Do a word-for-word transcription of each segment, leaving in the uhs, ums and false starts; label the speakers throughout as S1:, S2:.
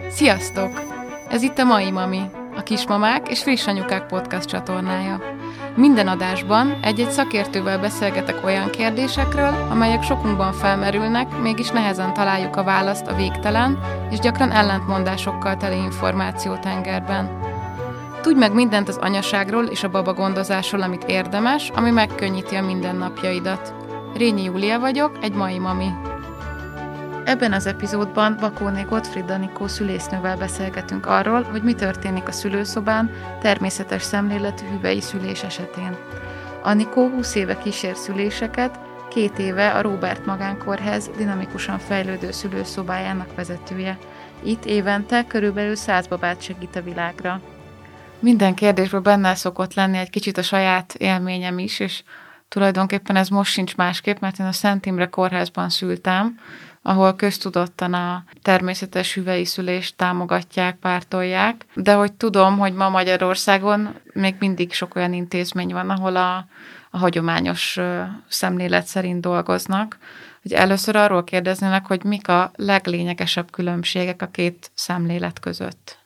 S1: Sziasztok! Ez itt a Mai Mami, a Kismamák és Friss Anyukák podcast csatornája. Minden adásban egy-egy szakértővel beszélgetek olyan kérdésekről, amelyek sokunkban felmerülnek, mégis nehezen találjuk a választ a végtelen és gyakran ellentmondásokkal teli információtengerben. Tudj meg mindent az anyaságról és a babagondozásról, amit érdemes, ami megkönnyíti a mindennapjaidat. Rényi Júlia vagyok, egy mai mami. Ebben az epizódban Bakóné Gottfried Anikó szülésznővel beszélgetünk arról, hogy mi történik a szülőszobán természetes szemléletű hüvei szülés esetén. Anikó húsz éve kísér szüléseket, két éve a Róbert Magánkórház dinamikusan fejlődő szülőszobájának vezetője. Itt évente körülbelül száz babát segít a világra. Minden kérdésben benne szokott lenni egy kicsit a saját élményem is, és tulajdonképpen ez most sincs másképp, mert én a Szent Imre Kórházban szültem, ahol köztudottan a természetes hüvei szülést támogatják, pártolják, de hogy tudom, hogy ma Magyarországon még mindig sok olyan intézmény van, ahol a, a hagyományos szemlélet szerint dolgoznak. Hogy először arról kérdeznének, hogy mik a leglényegesebb különbségek a két szemlélet között.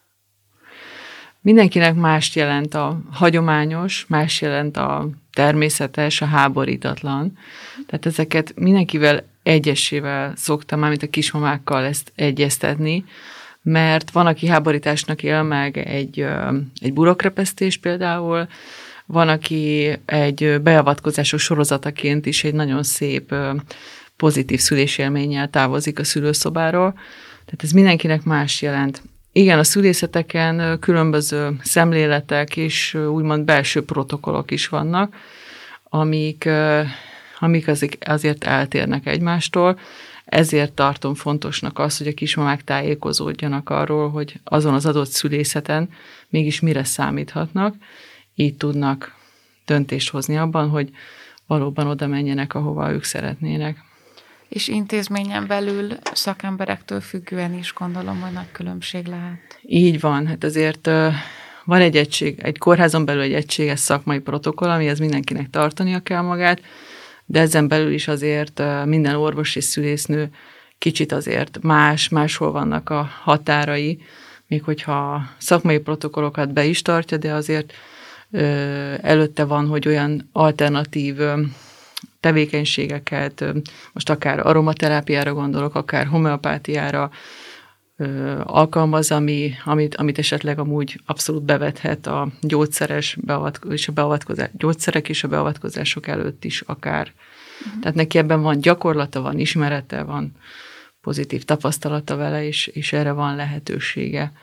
S2: Mindenkinek mást jelent a hagyományos, más jelent a természetes, a háborítatlan. Tehát ezeket mindenkivel egyesével szoktam, mármint a kismamákkal ezt egyeztetni, mert van, aki háborításnak él meg egy, egy burokrepesztés például, van, aki egy beavatkozásos sorozataként is egy nagyon szép, pozitív szülésélménnyel távozik a szülőszobáról. Tehát ez mindenkinek más jelent. Igen, a szülészeteken különböző szemléletek és úgymond belső protokollok is vannak, amik, amik azért eltérnek egymástól. Ezért tartom fontosnak azt, hogy a kismamák tájékozódjanak arról, hogy azon az adott szülészeten mégis mire számíthatnak, így tudnak döntést hozni abban, hogy valóban oda menjenek, ahova ők szeretnének.
S1: És intézményen belül szakemberektől függően is gondolom, hogy nagy különbség lehet.
S2: Így van, hát azért van egy egység, egy kórházon belül egy egységes szakmai protokoll, amihez mindenkinek tartania kell magát, de ezen belül is azért minden orvos és szülésznő kicsit azért más, máshol vannak a határai, még hogyha szakmai protokollokat be is tartja, de azért előtte van, hogy olyan alternatív tevékenységeket, most akár aromaterápiára gondolok, akár homeopátiára alkalmaz, ami, amit, amit esetleg amúgy abszolút bevethet a gyógyszeres beavatkozás, és a beavatkozás, gyógyszerek és a beavatkozások előtt is akár. Uh-huh. Tehát neki ebben van gyakorlata, van ismerete, van pozitív tapasztalata vele, és, és erre van lehetősége.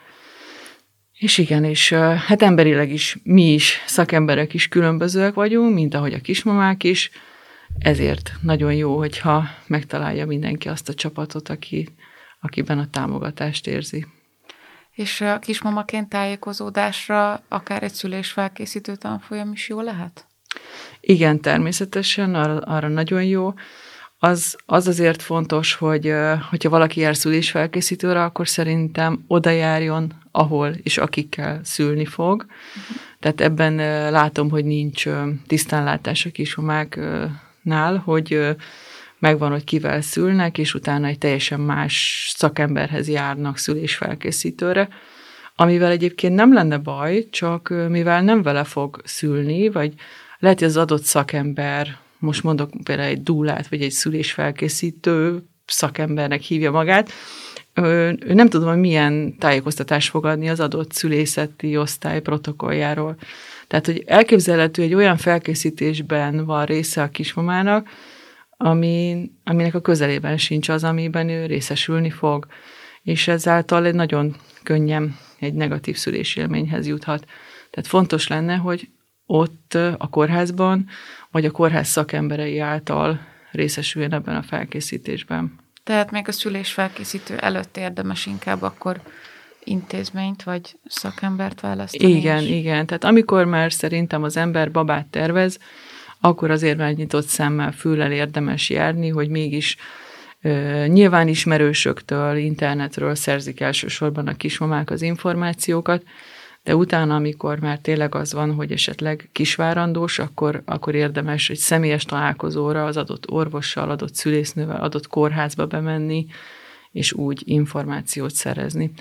S2: És igen, és hát emberileg is, mi is, szakemberek is különbözőek vagyunk, mint ahogy a kismamák is, ezért nagyon jó, hogyha megtalálja mindenki azt a csapatot, aki, akiben a támogatást érzi.
S1: És a kismamaként tájékozódásra akár egy szülésfelkészítő tanfolyam is jó lehet?
S2: Igen, természetesen, arra, arra nagyon jó. Az, az azért fontos, hogy hogyha valaki jár szülésfelkészítőre, akkor szerintem oda járjon, ahol és akikkel szülni fog. Uh-huh. Tehát ebben látom, hogy nincs tisztánlátás a kismamáknál, hogy megvan, hogy kivel szülnek, és utána egy teljesen más szakemberhez járnak szülésfelkészítőre, amivel egyébként nem lenne baj, csak mivel nem vele fog szülni, vagy lehet, hogy az adott szakember, most mondok például egy dúlát, vagy egy szülésfelkészítő szakembernek hívja magát, ő nem tudom, hogy milyen tájékoztatást fog adni az adott szülészeti osztály protokolljáról. Tehát, hogy elképzelhető, egy olyan felkészítésben van része a kismamának, ami, aminek a közelében sincs az, amiben ő részesülni fog, és ezáltal egy nagyon könnyen egy negatív szülésélményhez juthat. Tehát fontos lenne, hogy ott a kórházban, vagy a kórház szakemberei által részesüljön ebben a felkészítésben.
S1: Tehát még a szülésfelkészítő előtt érdemes inkább akkor intézményt vagy szakembert választani?
S2: Igen, is. igen. Tehát amikor már szerintem az ember babát tervez, akkor azért már nyitott szemmel, füllel érdemes járni, hogy mégis ö, nyilván ismerősöktől, internetről szerzik elsősorban a kismamák az információkat, de utána, amikor már tényleg az van, hogy esetleg kisvárandós, akkor, akkor érdemes egy személyes találkozóra az adott orvossal, adott szülésznővel, adott kórházba bemenni, és úgy információt szerezni.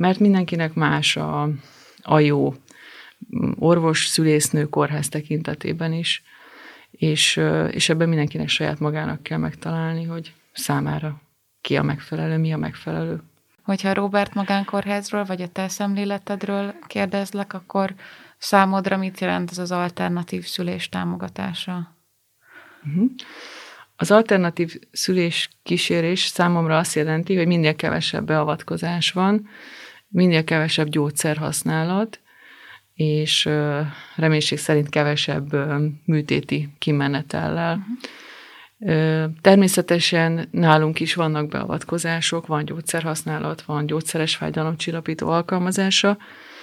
S2: mert mindenkinek más a, a jó orvos, szülésznő, kórház tekintetében is, és, és ebben mindenkinek saját magának kell megtalálni, hogy számára ki a megfelelő, mi a megfelelő.
S1: Hogyha a Róbert Magánkórházról, vagy a te szemléletedről kérdezlek, akkor számodra mit jelent ez az alternatív szülés támogatása?
S2: Uh-huh. Az alternatív szülés kísérés számomra azt jelenti, hogy minél kevesebb beavatkozás van, minél kevesebb gyógyszerhasználat, és reménység szerint kevesebb műtéti kimenetellel. Uh-huh. Természetesen nálunk is vannak beavatkozások, van gyógyszerhasználat, van gyógyszeres fájdalomcsillapító alkalmazása,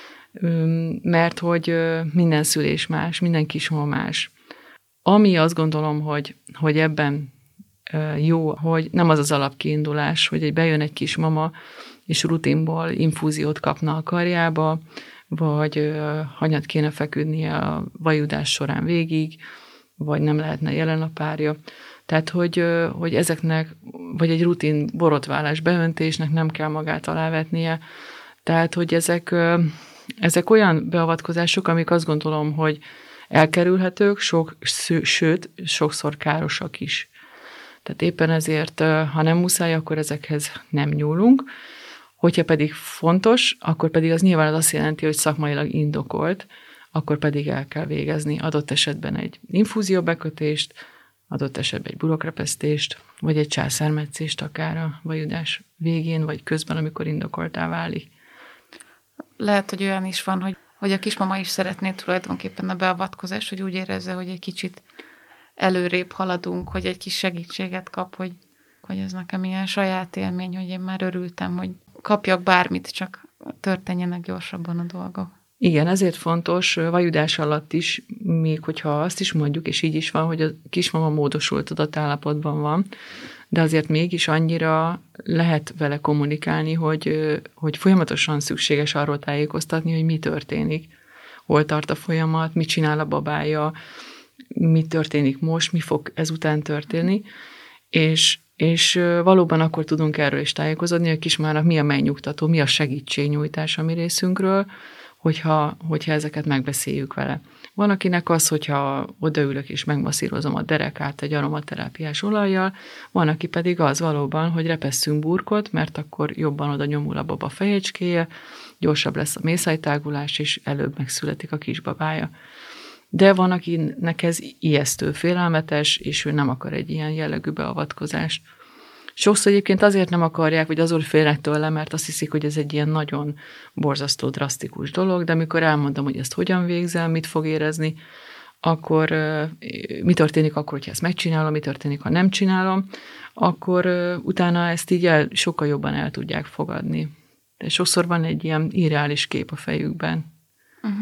S2: mert hogy minden szülés más, minden kismama más. Ami azt gondolom, hogy, hogy ebben jó, hogy nem az az alapkiindulás, hogy egy bejön egy kismama, és rutinból infúziót kapna a karjába, vagy hanyat kéne feküdnie a vajudás során végig, vagy nem lehetne jelen a párja. Tehát, hogy, hogy ezeknek, vagy egy rutin borotválás beöntésnek nem kell magát alávetnie. Tehát, hogy ezek, ezek olyan beavatkozások, amik azt gondolom, hogy elkerülhetők, sok, sőt, sokszor károsak is. Tehát éppen ezért, ha nem muszáj, akkor ezekhez nem nyúlunk. Hogyha pedig fontos, akkor pedig az nyilván az azt jelenti, hogy szakmailag indokolt, akkor pedig el kell végezni adott esetben egy infúzióbekötést, adott esetben egy burokrepesztést, vagy egy császármetszést akár a vajudás végén, vagy közben, amikor indokoltá válik.
S1: Lehet, hogy olyan is van, hogy, hogy a kismama is szeretné tulajdonképpen a beavatkozást, hogy úgy érezze, hogy egy kicsit előrébb haladunk, hogy egy kis segítséget kap, hogy, hogy ez nekem ilyen saját élmény, hogy én már örültem, hogy kapjak bármit, csak történjenek gyorsabban a dolgok.
S2: Igen, ezért fontos vajudás alatt is, még hogyha azt is mondjuk, és így is van, hogy a kismama módosult adatállapotban van, de azért mégis annyira lehet vele kommunikálni, hogy, hogy folyamatosan szükséges arról tájékoztatni, hogy mi történik, hol tart a folyamat, mit csinál a babája, mi történik most, mi fog ezután történni, és, és valóban akkor tudunk erről is tájékozódni, hogy a kismamának mi a megnyugtató, mi a segítségnyújtás a mi részünkről, hogyha, hogyha ezeket megbeszéljük vele. Van akinek az, hogyha odaülök és megmasszírozom a derekát egy aromaterápiás olajjal, van aki pedig az valóban, hogy repesszünk burkot, mert akkor jobban oda nyomul a baba fejecskéje, gyorsabb lesz a mészájtágulás, és előbb megszületik a kisbabája. De van, akinek ez ijesztő, félelmetes, és ő nem akar egy ilyen jellegű beavatkozást. Sokszor egyébként azért nem akarják, vagy azért félnek tőle, mert azt hiszik, hogy ez egy ilyen nagyon borzasztó, drasztikus dolog, de amikor elmondom, hogy ezt hogyan végzel, mit fog érezni, akkor mi történik akkor, hogyha ezt megcsinálom, mi történik, ha nem csinálom, akkor utána ezt így el, sokkal jobban el tudják fogadni. De sokszor van egy ilyen irreális kép a fejükben.
S1: Uh-huh.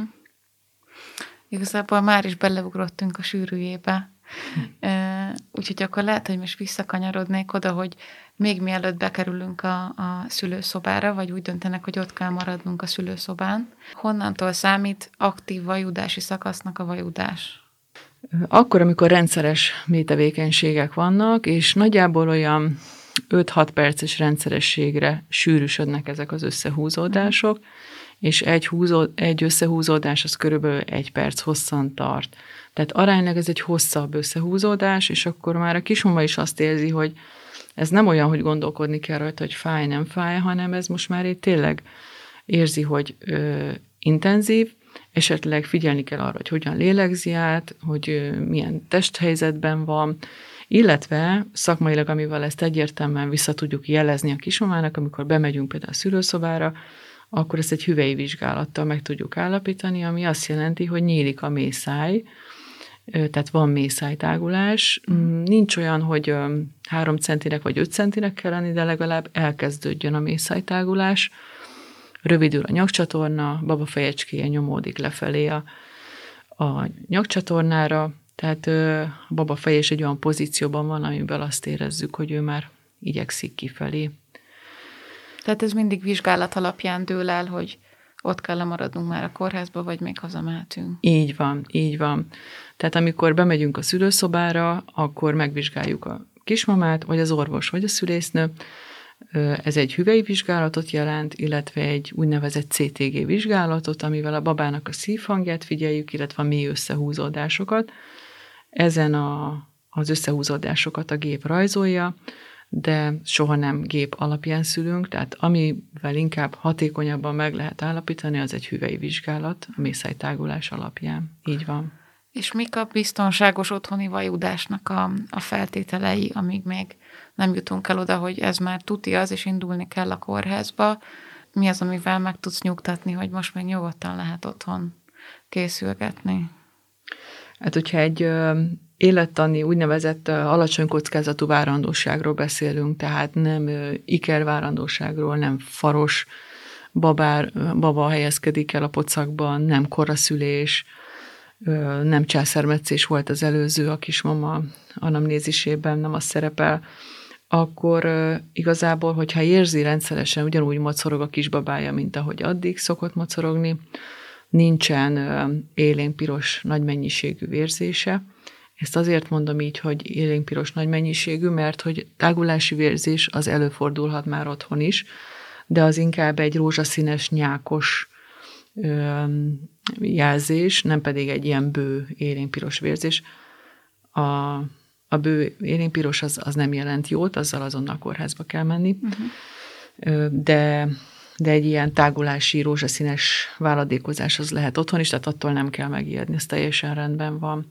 S1: Igazából már is beleugrottunk a sűrűjébe. Úgyhogy akkor lehet, hogy most visszakanyarodnék oda, hogy még mielőtt bekerülünk a, a szülőszobára, vagy úgy döntenek, hogy ott kell maradnunk a szülőszobán, honnantól számít aktív vajudási szakasznak a vajudás?
S2: Akkor, amikor rendszeres mélytevékenységek vannak, és nagyjából olyan öt-hat perces rendszerességre sűrűsödnek ezek az összehúzódások, és egy, húzó, egy összehúzódás az körülbelül egy perc hosszan tart. Tehát aránylag ez egy hosszabb összehúzódás, és akkor már a kismama is azt érzi, hogy ez nem olyan, hogy gondolkodni kell rajta, hogy fáj, nem fáj, hanem ez most már itt tényleg érzi, hogy ö, intenzív, esetleg figyelni kell arra, hogy hogyan lélegzi át, hogy ö, milyen testhelyzetben van, illetve szakmailag, amivel ezt egyértelműen vissza tudjuk jelezni a kismamának, amikor bemegyünk például a szülőszobára, akkor ezt egy hüvely vizsgálattal meg tudjuk állapítani, ami azt jelenti, hogy nyílik a mészáj, tehát van mészájtágulás. Nincs olyan, hogy három centinek vagy öt centinek kell lenni, de legalább elkezdődjön a mészájtágulás. Rövidül a nyakcsatorna, baba fejecskéje nyomódik lefelé a, a nyakcsatornára, tehát a baba feje is egy olyan pozícióban van, amiben azt érezzük, hogy ő már igyekszik kifelé.
S1: Tehát ez mindig vizsgálat alapján dől el, hogy ott kell maradnunk már a kórházba, vagy még hazamehetünk.
S2: Így van, így van. Tehát amikor bemegyünk a szülőszobára, akkor megvizsgáljuk a kismamát, vagy az orvos, vagy a szülésznő, Ez egy hüvelyvizsgálatot jelent, illetve egy úgynevezett cé té gé vizsgálatot, amivel a babának a szívhangját figyeljük, illetve a mély összehúzódásokat. Ezen a, az összehúzódásokat a gép rajzolja, de soha nem gép alapján szülünk, tehát amivel inkább hatékonyabban meg lehet állapítani, az egy hüvelyvizsgálat a mészájtágulás alapján. Így van.
S1: És mik a biztonságos otthoni vajudásnak a, a feltételei, amíg még nem jutunk el oda, hogy ez már tuti az, és indulni kell a kórházba? Mi az, amivel meg tudsz nyugtatni, hogy most még nyugodtan lehet otthon készülgetni?
S2: Hát, hogyha egy ö, élettani, úgynevezett ö, alacsony kockázatú várandóságról beszélünk, tehát nem ö, ikervárandóságról, nem faros babár, ö, baba helyezkedik el a pocakban, nem koraszülés, ö, nem császármetszés volt az előző a kismama anamnézisében, nem az szerepel, akkor ö, igazából, hogyha érzi rendszeresen, ugyanúgy mocorog a kisbabája, mint ahogy addig szokott mocorogni, nincsen élénkpiros nagy mennyiségű vérzése. Ezt azért mondom így, hogy élénkpiros nagy mennyiségű, mert hogy tágulási vérzés az előfordulhat már otthon is, de az inkább egy rózsaszínes, nyákos jelzés, nem pedig egy ilyen bő élénkpiros vérzés. A, a bő élénkpiros az, az nem jelent jót, azzal azonnal kórházba kell menni. Uh-huh. De... de egy ilyen tágulási, rózsaszínes váladékozás az lehet otthon is, tehát attól nem kell megijedni, ez teljesen rendben van.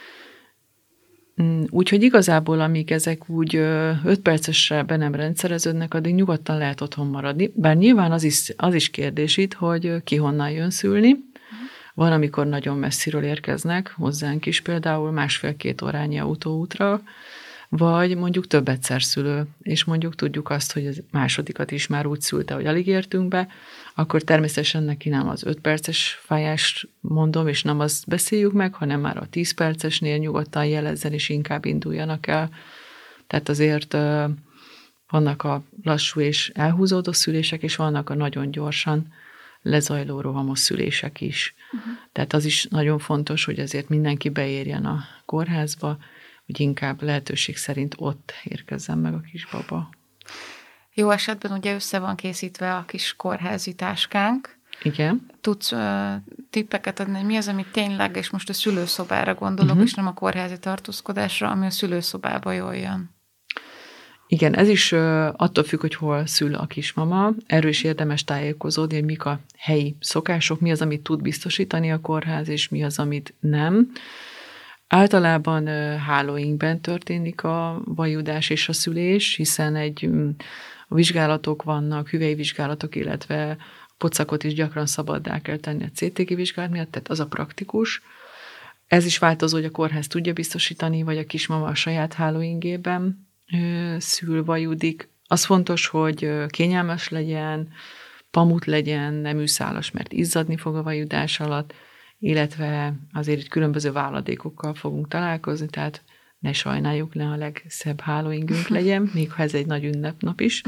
S2: Úgyhogy igazából, amíg ezek úgy öt percesre be nem rendszereződnek, addig nyugodtan lehet otthon maradni, bár nyilván az is, az is kérdés itt, hogy ki honnan jön szülni. Van, amikor nagyon messziről érkeznek, hozzánk is például másfél-két órányi autóútra, vagy mondjuk több egyszer szülő, és mondjuk tudjuk azt, hogy az másodikat is már úgy szülte, hogy alig értünk be, akkor természetesen neki nem az öt perces fájást mondom, és nem azt beszéljük meg, hanem már a tíz percesnél nyugodtan jelezzen, és inkább induljanak el. Tehát azért vannak a lassú és elhúzódó szülések, és vannak a nagyon gyorsan lezajló rohamos szülések is. Uh-huh. Tehát az is nagyon fontos, hogy azért mindenki beérjen a kórházba, hogy inkább lehetőség szerint ott érkezzen meg a kisbaba.
S1: Jó esetben ugye össze van készítve a kis kórházi táskánk.
S2: Igen.
S1: Tudsz uh, tippeket adni, hogy mi az, ami tényleg, és most a szülőszobára gondolok, uh-huh. és nem a kórházi tartózkodásra, ami a szülőszobába jól jön.
S2: Igen, ez is uh, attól függ, hogy hol szül a kismama. Erről is érdemes tájékozódni, hogy mik a helyi szokások, mi az, amit tud biztosítani a kórház, és mi az, amit nem. Általában hálóinkben történik a vajudás és a szülés, hiszen egy a vizsgálatok vannak, hüvelyvizsgálatok, illetve a pocakot is gyakran szabaddá kell tenni a cé té gé vizsgálat miatt, tehát az a praktikus. Ez is változó, hogy a kórház tudja biztosítani, vagy a kismama a saját hálóingében szül, vajudik. Az fontos, hogy kényelmes legyen, pamut legyen, nem űszálas, mert izzadni fog a vajudás alatt, illetve azért itt különböző váladékokkal fogunk találkozni, tehát ne sajnáljuk, ne a legszebb hálóingünk legyen, még ha ez egy nagy ünnepnap is.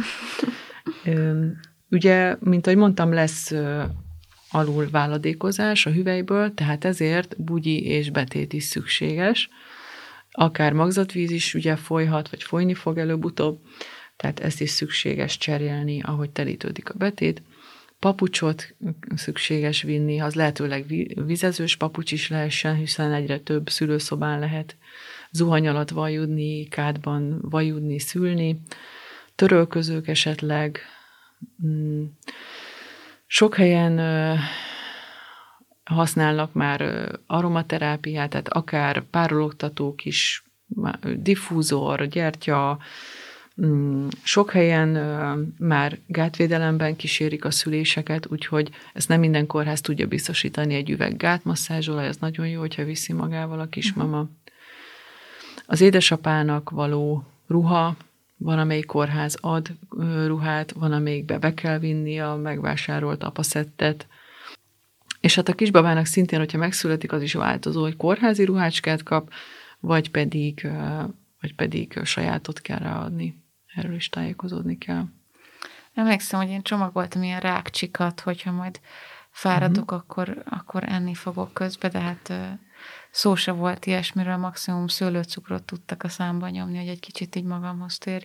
S2: Ugye, mint ahogy mondtam, lesz alul váladékozás a hüvelyből, tehát ezért bugyi és betét is szükséges. Akár magzatvíz is ugye folyhat, vagy folyni fog előbb-utóbb, tehát ezt is szükséges cserélni, ahogy telítődik a betét. Papucsot szükséges vinni, az lehetőleg vizezős papucs is lehessen, hiszen egyre több szülőszobán lehet zuhany alatt vajudni, kádban vajudni, szülni. Törölközők esetleg. Sok helyen használnak már aromaterápiát, tehát akár párologtatók is, diffúzor, gyertya. Sok helyen már gátvédelemben kísérik a szüléseket, úgyhogy ezt nem minden kórház tudja biztosítani, egy üveg gátmasszázsolaj, ez nagyon jó, hogyha viszi magával a kismama. Az édesapának való ruha, van, amelyik kórház ad ruhát, van, amelyikbe be kell vinni a megvásárolt apaszettet. És hát a kisbabának szintén, hogyha megszületik, az is változó, hogy kórházi ruhácskát kap, vagy pedig, vagy pedig sajátot kell ráadni. Erről is tájékozódni kell.
S1: Emlékszem, hogy én csomagoltam ilyen rákcsikat, hogyha majd fáradok, uh-huh. akkor, akkor enni fogok közben, de hát szó se volt ilyesmiről, maximum szőlőcukrot tudtak a számba nyomni, hogy egy kicsit így magamhoz térjek.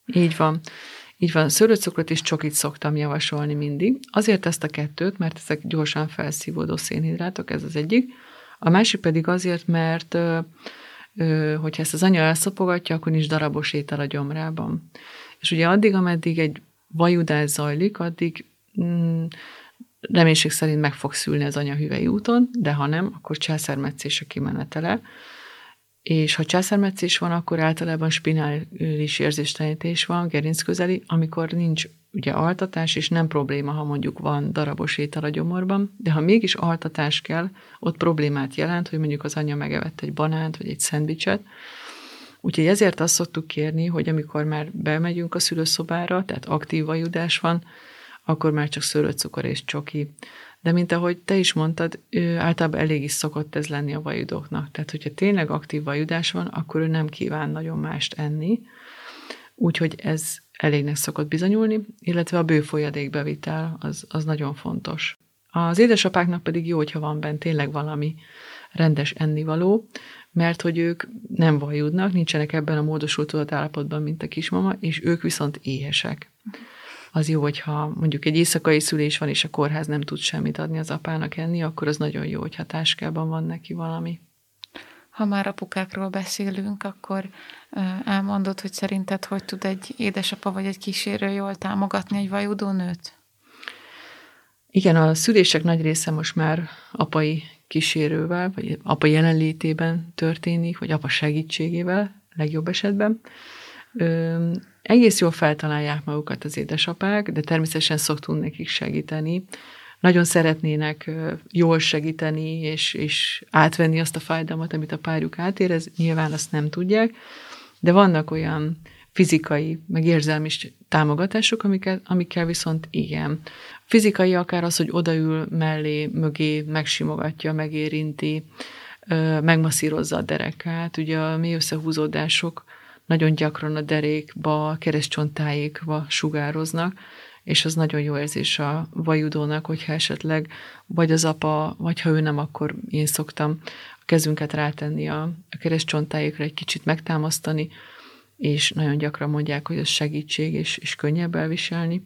S2: Így van. Így van. Szőlőcukrot és csokit szoktam javasolni mindig. Azért ezt a kettőt, mert ezek gyorsan felszívódó szénhidrátok, ez az egyik. A másik pedig azért, mert hogyha ezt az anya elszapogatja, akkor nincs darabos étel a gyomrában. És ugye addig, ameddig egy vajudás zajlik, addig mm, reménység szerint meg fog szülni az anya hüvely úton, de ha nem, akkor császármetszés a kimenetele. És ha császármetszés van, akkor általában spinális érzéstelenítés van, gerincközeli, amikor nincs ugye altatás, és nem probléma, ha mondjuk van darabos étel a gyomorban, de ha mégis altatás kell, ott problémát jelent, hogy mondjuk az anya megevett egy banánt, vagy egy szendvicset. Úgyhogy ezért azt szoktuk kérni, hogy amikor már bemegyünk a szülőszobára, tehát aktív vajudás van, akkor már csak szőlőcukor és csoki. De mint ahogy te is mondtad, általában elég is szokott ez lenni a vajudóknak. Tehát, hogyha tényleg aktív vajudás van, akkor ő nem kíván nagyon mást enni. Úgyhogy ez elégnek szokott bizonyulni, illetve a bő folyadékbevitel az, az nagyon fontos. Az édesapáknak pedig jó, hogyha van benne tényleg valami rendes ennivaló, mert hogy ők nem vajudnak, nincsenek ebben a módosult tudatállapotban, mint a kismama, és ők viszont éhesek. Az jó, hogyha mondjuk egy éjszakai szülés van, és a kórház nem tud semmit adni az apának enni, akkor az nagyon jó, hogyha táskában van neki valami.
S1: Ha már apukákról beszélünk, akkor elmondod, hogy szerinted hogy tud egy édesapa vagy egy kísérő jól támogatni egy vajudó nőt?
S2: Igen, a szülések nagy része most már apai kísérővel, vagy apa jelenlétében történik, vagy apa segítségével, legjobb esetben. Ö, egész jól feltalálják magukat az édesapák, de természetesen szoktunk nekik segíteni. Nagyon szeretnének jól segíteni, és, és átvenni azt a fájdalmat, amit a párjuk átérez. Nyilván azt nem tudják, de vannak olyan fizikai, meg érzelmi támogatások, amiket, amikkel viszont igen. Fizikai akár az, hogy odaül mellé, mögé, megsimogatja, megérinti, megmasszírozza a derekát. Ugye a mély összehúzódások nagyon gyakran a derékba, keresztcsonttájékba sugároznak, és az nagyon jó érzés a vajudónak, hogyha esetleg vagy az apa, vagy ha ő nem, akkor én szoktam a kezünket rátenni a, a keresztcsonttájékra, egy kicsit megtámasztani, és nagyon gyakran mondják, hogy ez segítség, és, és könnyebb elviselni.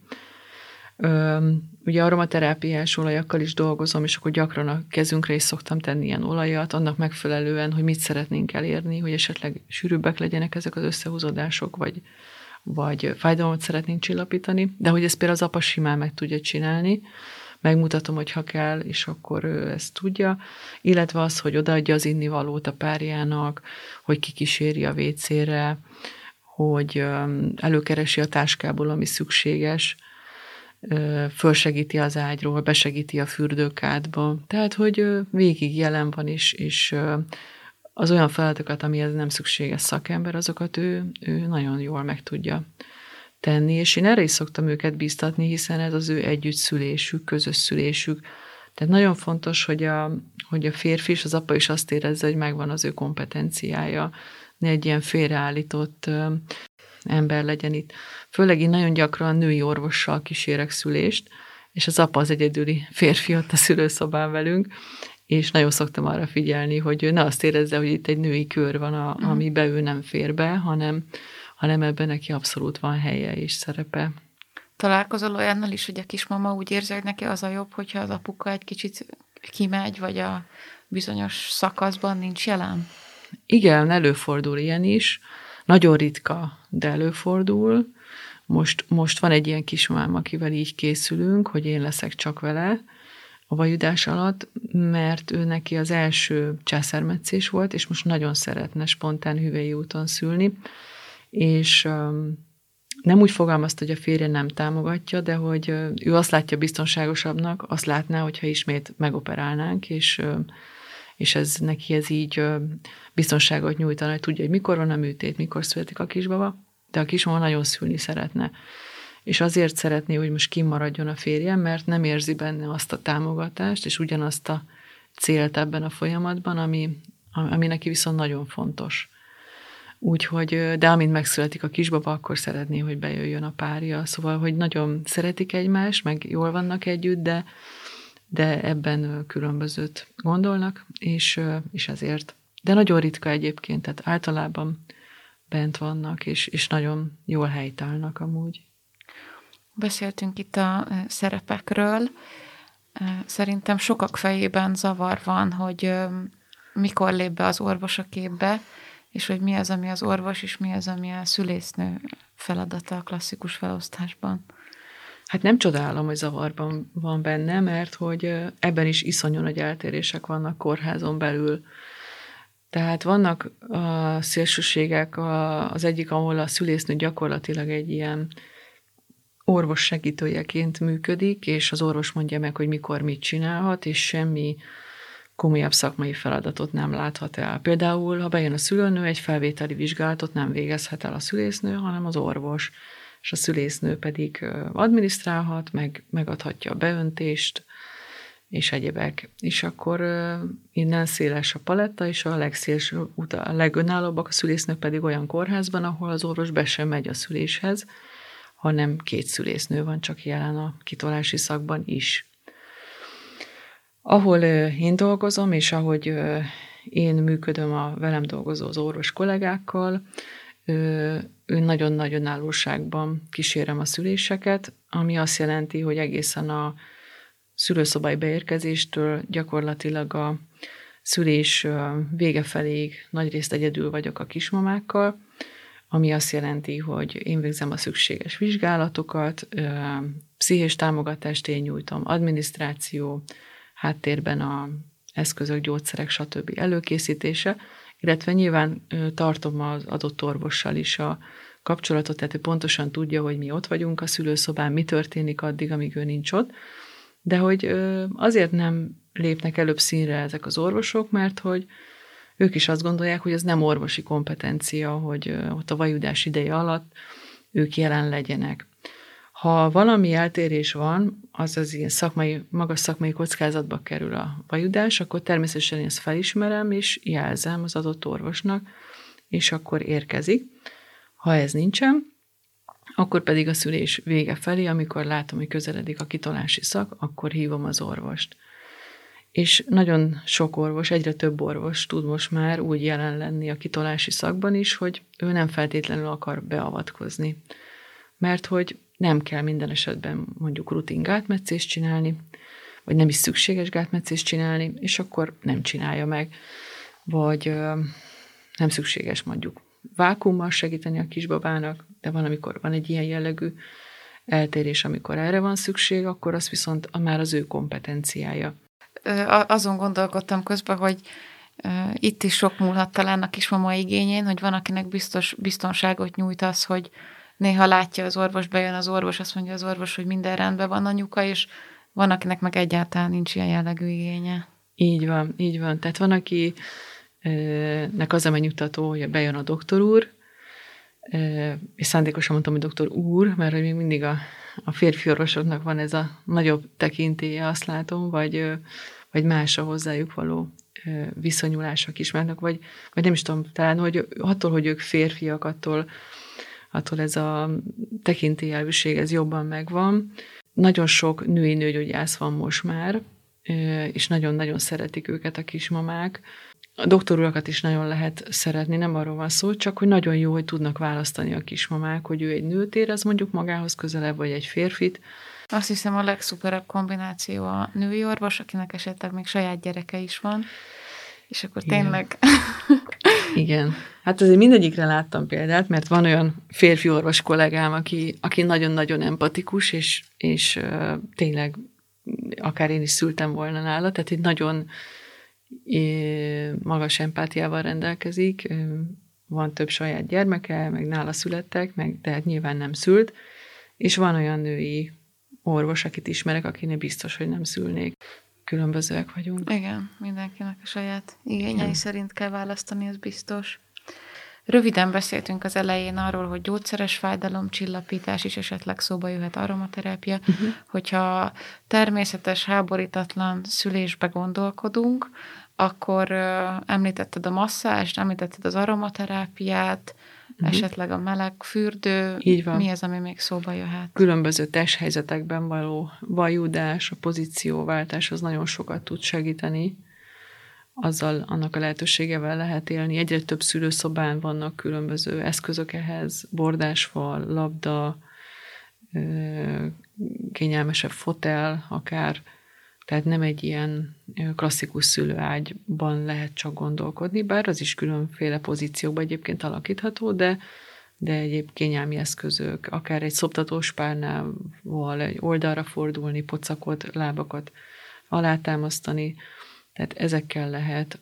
S2: Üm, ugye aromaterápiás olajakkal is dolgozom, és akkor gyakran a kezünkre is szoktam tenni ilyen olajat, annak megfelelően, hogy mit szeretnénk elérni, hogy esetleg sűrűbbek legyenek ezek az összehúzódások, vagy, vagy fájdalmat szeretnénk csillapítani, de hogy ezt például az apa simán meg tudja csinálni, megmutatom, hogy ha kell, és akkor ő ezt tudja, illetve az, hogy odaadja az innivalót a párjának, hogy kikíséri a vécére, hogy előkeresi a táskából, ami szükséges, fölsegíti az ágyról, besegíti a fürdőkádba. Tehát, hogy végig jelen van, és, és az olyan feladatokat, amihez nem szükséges szakember, azokat ő, ő nagyon jól meg tudja tenni, és én erre is szoktam őket bíztatni, hiszen ez az ő együttszülésük, közös szülésük. Tehát nagyon fontos, hogy a, hogy a férfi és az apa is azt érezze, hogy megvan az ő kompetenciája, ne egy ilyen félreállított ember legyen itt. Főleg én nagyon gyakran női orvossal kísérek szülést, és az apa az egyedüli férfi ott a szülőszobán velünk, és nagyon szoktam arra figyelni, hogy ne azt érezze, hogy itt egy női kör van, a, amiben ő nem fér be, hanem, hanem ebben neki abszolút van helye és szerepe.
S1: Találkozol olyannal is, hogy a kismama úgy érzi, hogy neki az a jobb, hogyha az apuka egy kicsit kimegy, vagy a bizonyos szakaszban nincs jelen?
S2: Igen, előfordul ilyen is. Nagyon ritka, de előfordul. Most, most van egy ilyen kismamám, akivel így készülünk, hogy én leszek csak vele a vajudás alatt, mert ő neki az első császármetszés volt, és most nagyon szeretne spontán hüvelyi úton szülni, és um, nem úgy fogalmazta, hogy a férje nem támogatja, de hogy uh, ő azt látja biztonságosabbnak, azt látná, hogyha ismét megoperálnánk, és, uh, és ez neki ez így uh, biztonságot nyújtana, hogy tudja, hogy mikor van a műtét, mikor születik a kisbaba, de a kismama nagyon szülni szeretne. És azért szeretné, hogy most kimaradjon a férjem, mert nem érzi benne azt a támogatást, és ugyanazt a célt ebben a folyamatban, ami, ami neki viszont nagyon fontos. Úgyhogy, de amint megszületik a kisbaba, akkor szeretné, hogy bejöjjön a párja. Szóval, hogy nagyon szeretik egymást, meg jól vannak együtt, de, de ebben különbözőt gondolnak, és, és ezért. De nagyon ritka egyébként, tehát általában bent vannak, és, és nagyon jól helytállnak amúgy.
S1: Beszéltünk itt a szerepekről. Szerintem sokak fejében zavar van, hogy mikor lép be az orvos a képbe, és hogy mi az, ami az orvos, és mi az, ami a szülésznő feladata a klasszikus felosztásban.
S2: Hát nem csodálom, hogy zavarban van benne, mert hogy ebben is iszonyú nagy eltérések vannak kórházon belül. Tehát vannak a szélsőségek, az egyik, ahol a szülésznő gyakorlatilag egy ilyen orvos segítőjeként működik, és az orvos mondja meg, hogy mikor mit csinálhat, és semmi komolyabb szakmai feladatot nem láthat el. Például, ha bejön a szülőnő, egy felvételi vizsgálatot nem végezhet el a szülésznő, hanem az orvos, és a szülésznő pedig adminisztrálhat, meg, megadhatja a beöntést, és egyebek. És akkor innen széles a paletta, és a legszélső, a legönállóbbak a szülésznők pedig olyan kórházban, ahol az orvos be sem megy a szüléshez, hanem két szülésznő van csak jelen a kitolási szakban is. Ahol én dolgozom, és ahogy én működöm a velem dolgozó az orvos kollégákkal, ő nagyon-nagyon önállóságban kísérem a szüléseket, ami azt jelenti, hogy egészen a szülőszobai beérkezéstől gyakorlatilag a szülés vége feléig nagyrészt egyedül vagyok a kismamákkal, ami azt jelenti, hogy én végzem a szükséges vizsgálatokat, pszichés támogatást én nyújtom, adminisztráció, háttérben a eszközök, gyógyszerek, stb. Előkészítése, illetve nyilván tartom az adott orvossal is a kapcsolatot, tehát ő pontosan tudja, hogy mi ott vagyunk a szülőszobán, mi történik addig, amíg ő nincs ott, de hogy azért nem lépnek előbb színre ezek az orvosok, mert hogy ők is azt gondolják, hogy ez nem orvosi kompetencia, hogy ott a vajudás ideje alatt ők jelen legyenek. Ha valami eltérés van, az az ilyen szakmai, magas szakmai kockázatba kerül a vajudás, akkor természetesen én ezt felismerem, és jelzem az adott orvosnak, és akkor érkezik. Ha ez nincsen, akkor pedig a szülés vége felé, amikor látom, hogy közeledik a kitolási szak, akkor hívom az orvost. És nagyon sok orvos, egyre több orvos tud most már úgy jelen lenni a kitolási szakban is, hogy ő nem feltétlenül akar beavatkozni. Mert hogy nem kell minden esetben mondjuk rutin gátmetszést csinálni, vagy nem is szükséges gátmetszést csinálni, és akkor nem csinálja meg. Vagy ö, nem szükséges mondjuk vákuummal segíteni a kisbabának, de van, amikor van egy ilyen jellegű eltérés, amikor erre van szükség, akkor az viszont már az ő kompetenciája.
S1: Azon gondolkodtam közben, hogy itt is sok múlhat talán a kismama igényén, hogy van, akinek biztos biztonságot nyújt az, hogy néha látja az orvos, bejön az orvos, azt mondja az orvos, hogy minden rendben van anyuka, és van, akinek meg egyáltalán nincs ilyen jellegű igénye.
S2: Így van, így van. Tehát van, akinek az a megnyugtató, hogy bejön a doktor úr, és szándékosan mondtam, hogy doktor úr, mert hogy még mindig a, a férfi orvosoknak van ez a nagyobb tekintélye, azt látom, vagy, vagy más a hozzájuk való viszonyulás a kismáknak, vagy, vagy nem is tudom, talán, hogy attól, hogy ők férfiak, attól, attól ez a tekintélyelvűség, ez jobban megvan. Nagyon sok női nőgyógyász van most már, és nagyon-nagyon szeretik őket a kismamák. A doktorulakat is nagyon lehet szeretni, nem arról van szó, csak hogy nagyon jó, hogy tudnak választani a kismamák, hogy ő egy nőt érez mondjuk magához közelebb, vagy egy férfit.
S1: Azt hiszem a legszuperebb kombináció a női orvos, akinek esetleg még saját gyereke is van, és akkor
S2: Igen.
S1: tényleg...
S2: Igen. Hát azért mindegyikre láttam példát, mert van olyan férfi orvos kollégám, aki, aki nagyon-nagyon empatikus, és, és uh, tényleg akár én is szültem volna nála, tehát egy nagyon magas empátiával rendelkezik, van több saját gyermeke, meg nála születtek, meg tehát nyilván nem szült, és van olyan női orvos, akit ismerek, akinek biztos, hogy nem szülnék. Különbözőek vagyunk.
S1: Igen, mindenkinek a saját igényei szerint kell választani, ez biztos. Röviden beszéltünk az elején arról, hogy gyógyszeres fájdalomcsillapítás is esetleg szóba jöhet, aromaterápia, uh-huh. hogyha természetes, háborítatlan szülésbe gondolkodunk, akkor uh, említetted a masszást, említetted az aromaterápiát, uh-huh. esetleg a meleg fürdő.
S2: Így van.
S1: Mi az, ami még szóba jöhet?
S2: Különböző testhelyzetekben való vajudás, a pozícióváltás az nagyon sokat tud segíteni azzal, annak a lehetőségevel lehet élni. Egyre több szülőszobán vannak különböző eszközök ehhez, bordásfal, labda, kényelmesebb fotel akár, tehát nem egy ilyen klasszikus szülőágyban lehet csak gondolkodni, bár az is különféle pozíciókban egyébként alakítható, de, de egyéb kényelmi eszközök, akár egy szoptatós párnával egy oldalra fordulni, pocakot, lábakat alátámasztani, tehát ezekkel lehet.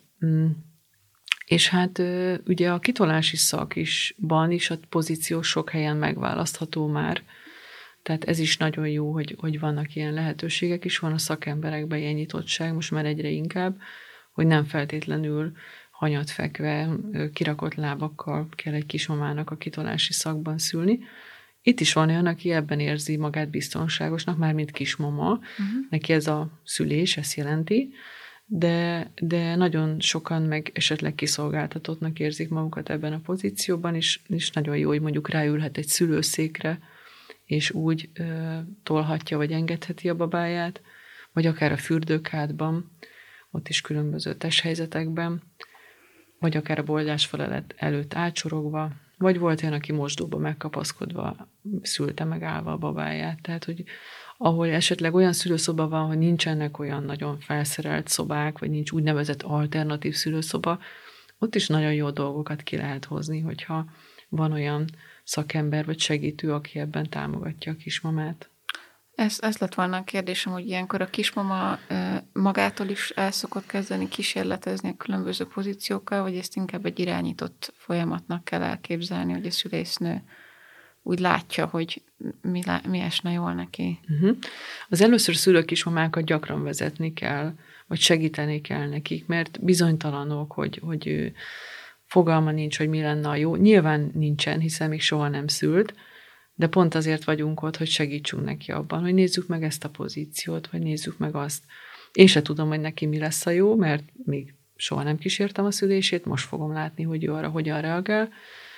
S2: És hát ugye a kitolási szak isban is a pozíció sok helyen megválasztható már, tehát ez is nagyon jó, hogy, hogy vannak ilyen lehetőségek is, van a szakemberekben ilyen nyitottság, most már egyre inkább, hogy nem feltétlenül hanyatfekve, kirakott lábakkal kell egy kismamának a kitolási szakban szülni. Itt is van olyan, aki ebben érzi magát biztonságosnak, mármint kismama, uh-huh. neki ez a szülés, ezt jelenti, de, de nagyon sokan meg esetleg kiszolgáltatottnak érzik magukat ebben a pozícióban, és, és nagyon jó, hogy mondjuk ráülhet egy szülőszékre, és úgy ö, tolhatja, vagy engedheti a babáját, vagy akár a fürdőkádban, ott is különböző testhelyzetekben, vagy akár a boldásfal előtt átsorogva, vagy volt olyan, aki mosdóba megkapaszkodva szülte meg állva a babáját. Tehát, hogy ahol esetleg olyan szülőszoba van, hogy nincsenek olyan nagyon felszerelt szobák, vagy nincs úgynevezett alternatív szülőszoba, ott is nagyon jó dolgokat ki lehet hozni, hogyha van olyan szakember vagy segítő, aki ebben támogatja a kismamát.
S1: Ez, ez lett volna a kérdésem, hogy ilyenkor a kismama magától is el szokott kezdeni kísérletezni a különböző pozíciókkal, vagy ezt inkább egy irányított folyamatnak kell elképzelni, hogy a szülésznő úgy látja, hogy mi, mi esne jól neki.
S2: Uh-huh. Az először szülő kismamákat gyakran vezetni kell, vagy segíteni kell nekik, mert bizonytalanok, hogy, hogy fogalma nincs, hogy mi lenne a jó. Nyilván nincsen, hiszen még soha nem szült, de pont azért vagyunk ott, hogy segítsünk neki abban, hogy nézzük meg ezt a pozíciót, vagy nézzük meg azt. Én se tudom, hogy neki mi lesz a jó, mert még soha nem kísértem a szülését, most fogom látni, hogy ő arra hogyan reagál.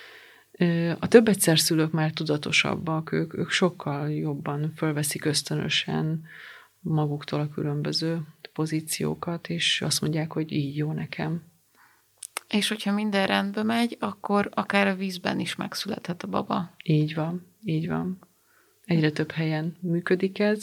S2: A több egyszer szülők már tudatosabbak, ők, ők sokkal jobban fölveszik ösztönösen maguktól a különböző pozíciókat, és azt mondják, hogy így jó nekem.
S1: És hogyha minden rendbe megy, akkor akár a vízben is megszülethet a baba.
S2: Így van, így van. Egyre több helyen működik ez.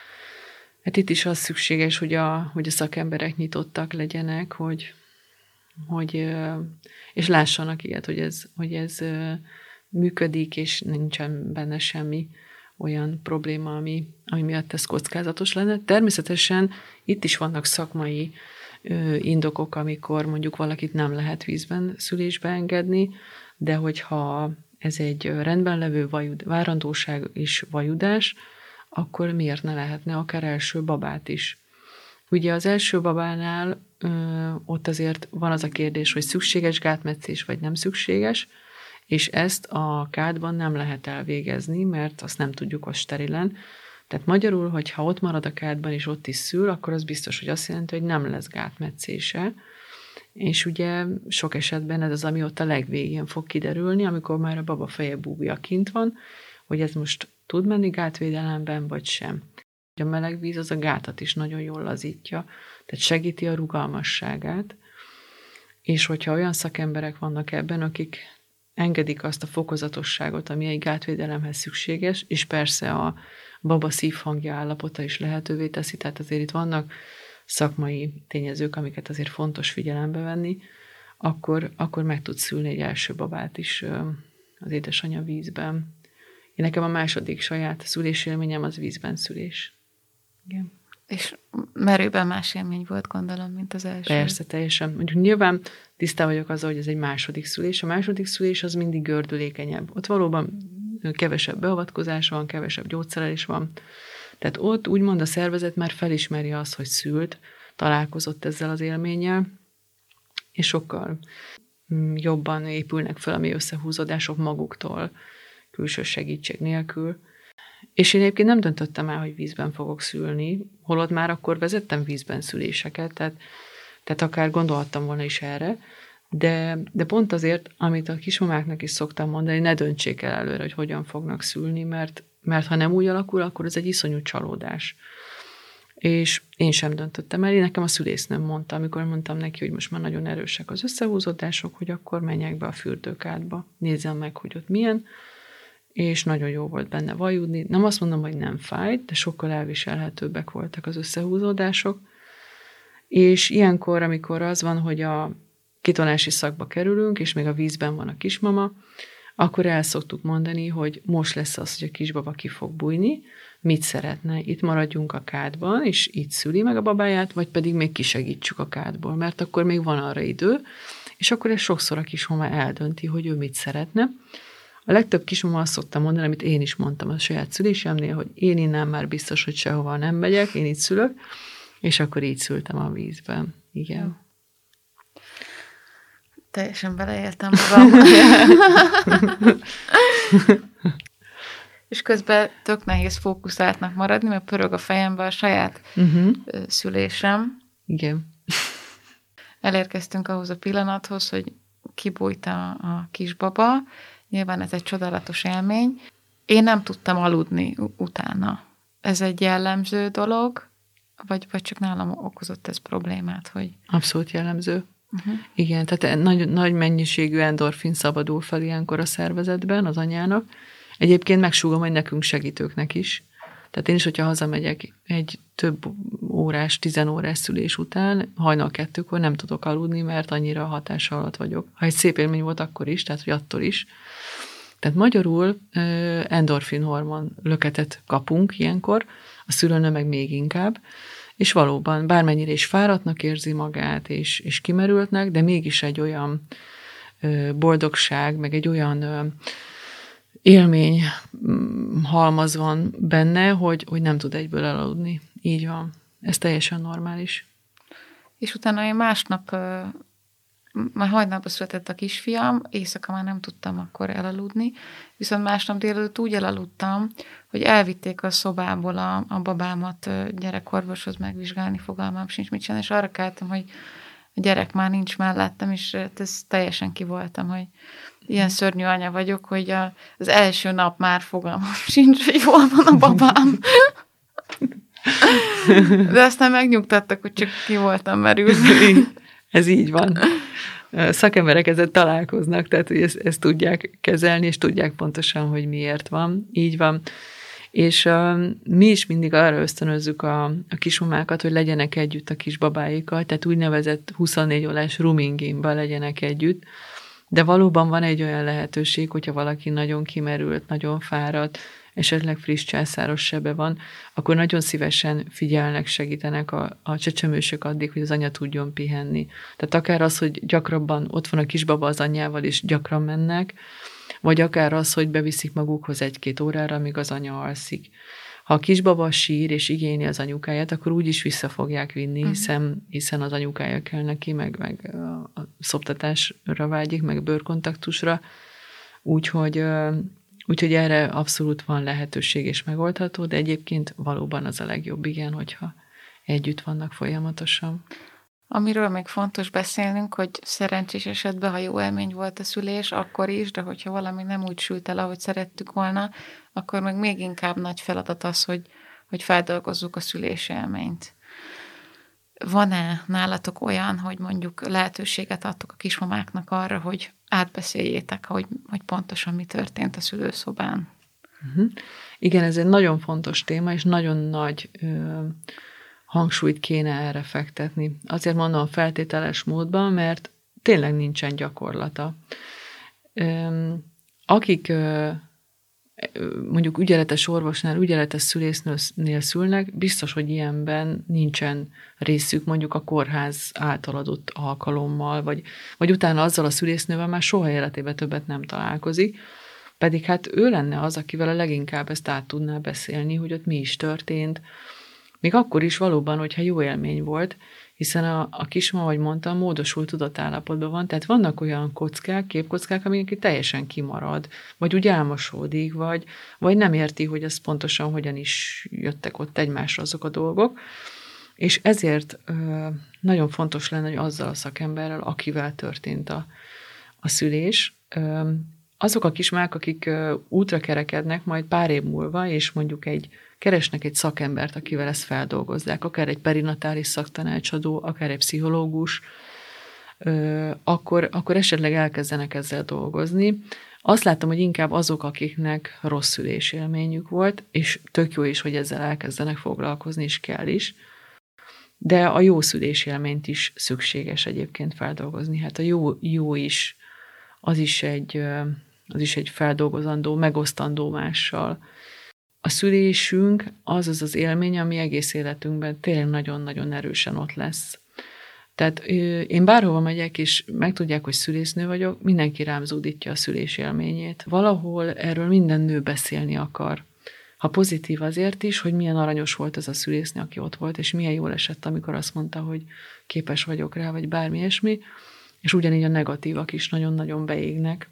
S2: Hát itt is az szükséges, hogy a, hogy a szakemberek nyitottak legyenek, hogy, hogy és lássanak ilyet, hogy ez, hogy ez működik, és nincsen benne semmi olyan probléma, ami, ami miatt ez kockázatos lenne. Természetesen itt is vannak szakmai indokok, amikor mondjuk valakit nem lehet vízben szülésbe engedni, de hogyha ez egy rendben levő vajud, várandóság és vajudás, akkor miért ne lehetne akár első babát is. Ugye az első babánál ö, ott azért van az a kérdés, hogy szükséges gátmetszés vagy nem szükséges, és ezt a kádban nem lehet elvégezni, mert azt nem tudjuk ott sterilen. Tehát magyarul, hogyha ott marad a kádban és ott is szül, akkor az biztos, hogy azt jelenti, hogy nem lesz gátmetszése. És ugye sok esetben ez az, ami ott a legvégén fog kiderülni, amikor már a baba feje búbja kint van, hogy ez most tud menni gátvédelemben, vagy sem. A meleg víz az a gátat is nagyon jól lazítja, tehát segíti a rugalmasságát, és hogyha olyan szakemberek vannak ebben, akik engedik azt a fokozatosságot, ami egy gátvédelemhez szükséges, és persze a baba szívhangja állapota is lehetővé teszi, tehát azért itt vannak szakmai tényezők, amiket azért fontos figyelembe venni, akkor, akkor meg tud szülni egy első babát is az édesanyja vízben. Én nekem a második saját szülésélményem az vízben szülés. Igen.
S1: És merőben más élmény volt, gondolom, mint az első.
S2: Persze, teljesen. Mondjuk nyilván tisztában vagyok azzal, hogy ez egy második szülés. A második szülés az mindig gördülékenyebb. Ott valóban kevesebb beavatkozás van, kevesebb gyógyszerelés van. Tehát ott úgymond a szervezet már felismeri azt, hogy szült, találkozott ezzel az élménnyel, és sokkal jobban épülnek fel a mély összehúzódások maguktól, külső segítség nélkül. És én egyébként nem döntöttem el, hogy vízben fogok szülni, holott már akkor vezettem vízben szüléseket, tehát, tehát akár gondolhattam volna is erre, de, de pont azért, amit a kismamáknak is szoktam mondani, ne döntsék el előre, hogy hogyan fognak szülni, mert, mert ha nem úgy alakul, akkor ez egy iszonyú csalódás. és én sem döntöttem el, én nekem a szülésznőm mondta, amikor mondtam neki, hogy most már nagyon erősek az összehúzódások, hogy akkor menjek be a fürdőkádba, nézzem meg, hogy ott milyen, és nagyon jó volt benne vajudni. Nem azt mondom, hogy nem fájt, de sokkal elviselhetőbbek voltak az összehúzódások, és ilyenkor, amikor az van, hogy a kitonási szakba kerülünk, és még a vízben van a kismama, akkor el szoktuk mondani, hogy most lesz az, hogy a kisbaba ki fog bújni, mit szeretne, itt maradjunk a kádban, és itt szüli meg a babáját, vagy pedig még kisegítsük a kádból, mert akkor még van arra idő, és akkor ez sokszor a kismama eldönti, hogy ő mit szeretne. A legtöbb kismama azt szokta mondani, amit én is mondtam a saját szülésemnél, hogy én innen már biztos, hogy sehova nem megyek, én itt szülök, és akkor így szültem a vízben. Igen.
S1: Teljesen beleéltem magam. És közben tök nehéz fókuszáltnak maradni, mert pörög a fejembe a saját uh-huh. szülésem.
S2: Igen.
S1: Elérkeztünk ahhoz a pillanathoz, hogy kibújt a, a kisbaba. Nyilván ez egy csodálatos élmény. Én nem tudtam aludni utána. Ez egy jellemző dolog, vagy, vagy csak nálam okozott ez problémát? Hogy...
S2: Abszolút jellemző. Uh-huh. Igen, tehát nagy, nagy mennyiségű endorfin szabadul fel ilyenkor a szervezetben az anyának. Egyébként megsúgom, hogy nekünk segítőknek is. Tehát én is, hogyha hazamegyek egy több órás, tizenórás szülés után, hajnal kettőkor nem tudok aludni, mert annyira hatása alatt vagyok. Ha egy szép élmény volt, akkor is, tehát hogy attól is. Tehát magyarul endorfin hormon löketet kapunk ilyenkor, a szülőnő meg még inkább, és valóban bármennyire is fáradtnak érzi magát, és, és kimerültnek, de mégis egy olyan boldogság, meg egy olyan élmény halmaz van benne, hogy, hogy nem tud egyből elaludni. Így van. Ez teljesen normális.
S1: És utána én másnap, már hajnalban született a kisfiam, éjszaka már nem tudtam akkor elaludni, viszont másnap délelőtt úgy elaludtam, hogy elvitték a szobából a, a babámat gyerekorvoshoz megvizsgálni, fogalmam sincs mit csinálni, és arra keltem, hogy a gyerek már nincs mellettem, és ez teljesen kivoltam, hogy ilyen szörnyű anya vagyok, hogy a, az első nap már fogalmam sincs, hogy hol van a babám. De aztán megnyugtattak, hogy csak ki voltam merülve.
S2: Ez így van. Szakemberek ezzel találkoznak, tehát hogy ezt, ezt tudják kezelni, és tudják pontosan, hogy miért van. Így van. És uh, mi is mindig arra ösztönözzük a, a kismamákat, hogy legyenek együtt a kisbabáikkal, tehát úgynevezett huszonnégy órás roomingimban legyenek együtt, de valóban van egy olyan lehetőség, hogyha valaki nagyon kimerült, nagyon fáradt, esetleg friss császáros sebe van, akkor nagyon szívesen figyelnek, segítenek a, a csecsemősök addig, hogy az anya tudjon pihenni. Tehát akár az, hogy gyakrabban ott van a kisbaba az anyjával, és gyakran mennek, vagy akár az, hogy beviszik magukhoz egy-két órára, amíg az anya alszik. Ha a kisbaba sír és igényli az anyukáját, akkor úgyis vissza fogják vinni, uh-huh. hiszen, hiszen az anyukája kell neki, meg, meg a szoptatásra vágyik, meg bőrkontaktusra. Úgyhogy, úgyhogy erre abszolút van lehetőség és megoldható, de egyébként valóban az a legjobb, igen, hogyha együtt vannak folyamatosan.
S1: Amiről még fontos beszélnünk, hogy szerencsés esetben, ha jó élmény volt a szülés, akkor is, de hogyha valami nem úgy sült el, ahogy szerettük volna, akkor meg még inkább nagy feladat az, hogy, hogy feldolgozzuk a szülés élményt. Van-e nálatok olyan, hogy mondjuk lehetőséget adtok a kismamáknak arra, hogy átbeszéljétek, hogy, hogy pontosan mi történt a szülőszobán?
S2: Uh-huh. Igen, ez egy nagyon fontos téma, és nagyon nagy ö, hangsúlyt kéne erre fektetni. Azért mondom feltételes módban, mert tényleg nincsen gyakorlata. Ö, akik ö, mondjuk ügyeletes orvosnál, ügyeletes szülésznél szülnek, biztos, hogy ilyenben nincsen részük mondjuk a kórház által adott alkalommal, vagy, vagy utána azzal a szülésznővel már soha életében többet nem találkozik, pedig hát ő lenne az, akivel a leginkább ezt át tudná beszélni, hogy ott mi is történt. Még akkor is valóban, hogyha jó élmény volt, hiszen a, a kismama, ahogy mondtam, módosult tudatállapotban van, tehát vannak olyan kockák, képkockák, amik teljesen kimarad, vagy úgy elmosódik, vagy, vagy nem érti, hogy ez pontosan hogyan is jöttek ott egymásra azok a dolgok, és ezért ö, nagyon fontos lenne, hogy azzal a szakemberrel, akivel történt a, a szülés, ö, azok a kismák, akik útra kerekednek majd pár év múlva, és mondjuk egy keresnek egy szakembert, akivel ezt feldolgozzák, akár egy perinatális szaktanácsadó, akár egy pszichológus, akkor, akkor esetleg elkezdenek ezzel dolgozni. Azt látom, hogy inkább azok, akiknek rossz szülésélményük volt, és tök jó is, hogy ezzel elkezdenek foglalkozni, és kell is, de a jó szülésélményt is szükséges egyébként feldolgozni. Hát a jó, jó is, az is egy, az is egy feldolgozandó, megosztandó mással. A szülésünk az az az élmény, ami egész életünkben tényleg nagyon-nagyon erősen ott lesz. Tehát én bárhova megyek, és megtudják, hogy szülésznő vagyok, mindenki rám zúdítja a szülés élményét. Valahol erről minden nő beszélni akar. Ha pozitív azért is, hogy milyen aranyos volt ez a szülésznő, aki ott volt, és milyen jól esett, amikor azt mondta, hogy képes vagyok rá, vagy bármi ilyesmi, és ugyanígy a negatívak is nagyon-nagyon beégnek.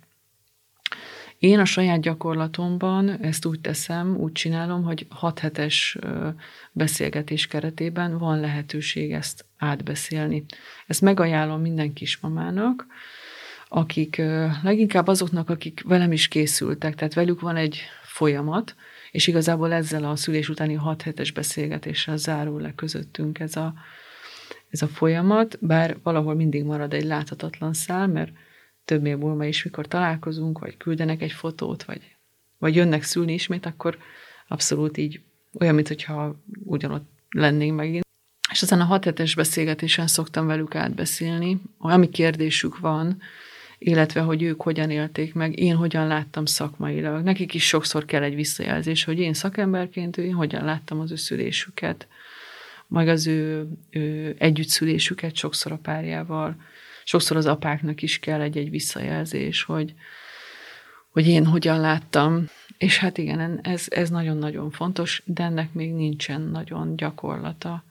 S2: Én a saját gyakorlatomban ezt úgy teszem, úgy csinálom, hogy hat hetes beszélgetés keretében van lehetőség ezt átbeszélni. Ezt megajánlom minden kismamának, akik leginkább azoknak, akik velem is készültek, tehát velük van egy folyamat, és igazából ezzel a szülés utáni hat hetes beszélgetéssel zárul le közöttünk ez a, ez a folyamat, bár valahol mindig marad egy láthatatlan szál, mert több év múlva is, mikor találkozunk, vagy küldenek egy fotót, vagy, vagy jönnek szülni ismét, akkor abszolút így olyan, mintha ugyanott lennénk megint. És aztán a hat hetes beszélgetésen szoktam velük átbeszélni, ami kérdésük van, illetve, hogy ők hogyan élték meg, én hogyan láttam szakmailag. Nekik is sokszor kell egy visszajelzés, hogy én szakemberként, én hogyan láttam az ő szülésüket, meg az ő, ő együttszülésüket sokszor a párjával. Sokszor az apáknak is kell egy-egy visszajelzés, hogy, hogy én hogyan láttam. És hát igen, ez, ez nagyon-nagyon fontos, de ennek még nincsen nagyon gyakorlata.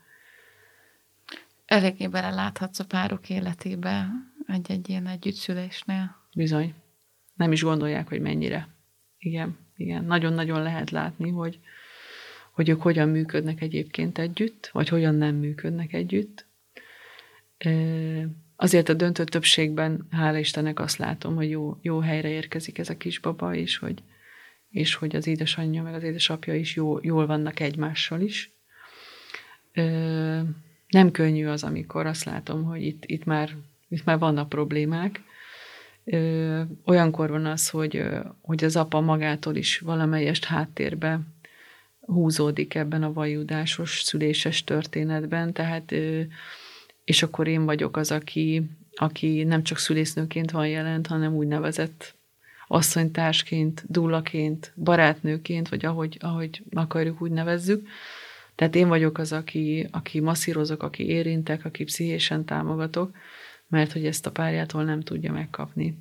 S1: Eléggé beleláthatsz a párok életébe egy-egy ilyen együttszülésnél.
S2: Bizony. Nem is gondolják, hogy mennyire. Igen, igen. Nagyon-nagyon lehet látni, hogy, hogy ők hogyan működnek egyébként együtt, vagy hogyan nem működnek együtt. Azért a döntő többségben, hála Istennek, azt látom, hogy jó, jó helyre érkezik ez a kisbaba, és hogy, és hogy az édesanyja meg az édesapja is jó, jól vannak egymással is. Nem könnyű az, amikor azt látom, hogy itt, itt, már, itt már vannak problémák. Olyankor van az, hogy, hogy az apa magától is valamelyest háttérbe húzódik ebben a vajudásos, szüléses történetben, tehát és akkor én vagyok az, aki, aki nem csak szülésznőként van jelent, hanem úgynevezett asszonytársként, dúlaként, barátnőként, vagy ahogy, ahogy akarjuk, úgy nevezzük. Tehát én vagyok az, aki, aki masszírozok, aki érintek, aki pszichésen támogatok, mert hogy ezt a párjától nem tudja megkapni.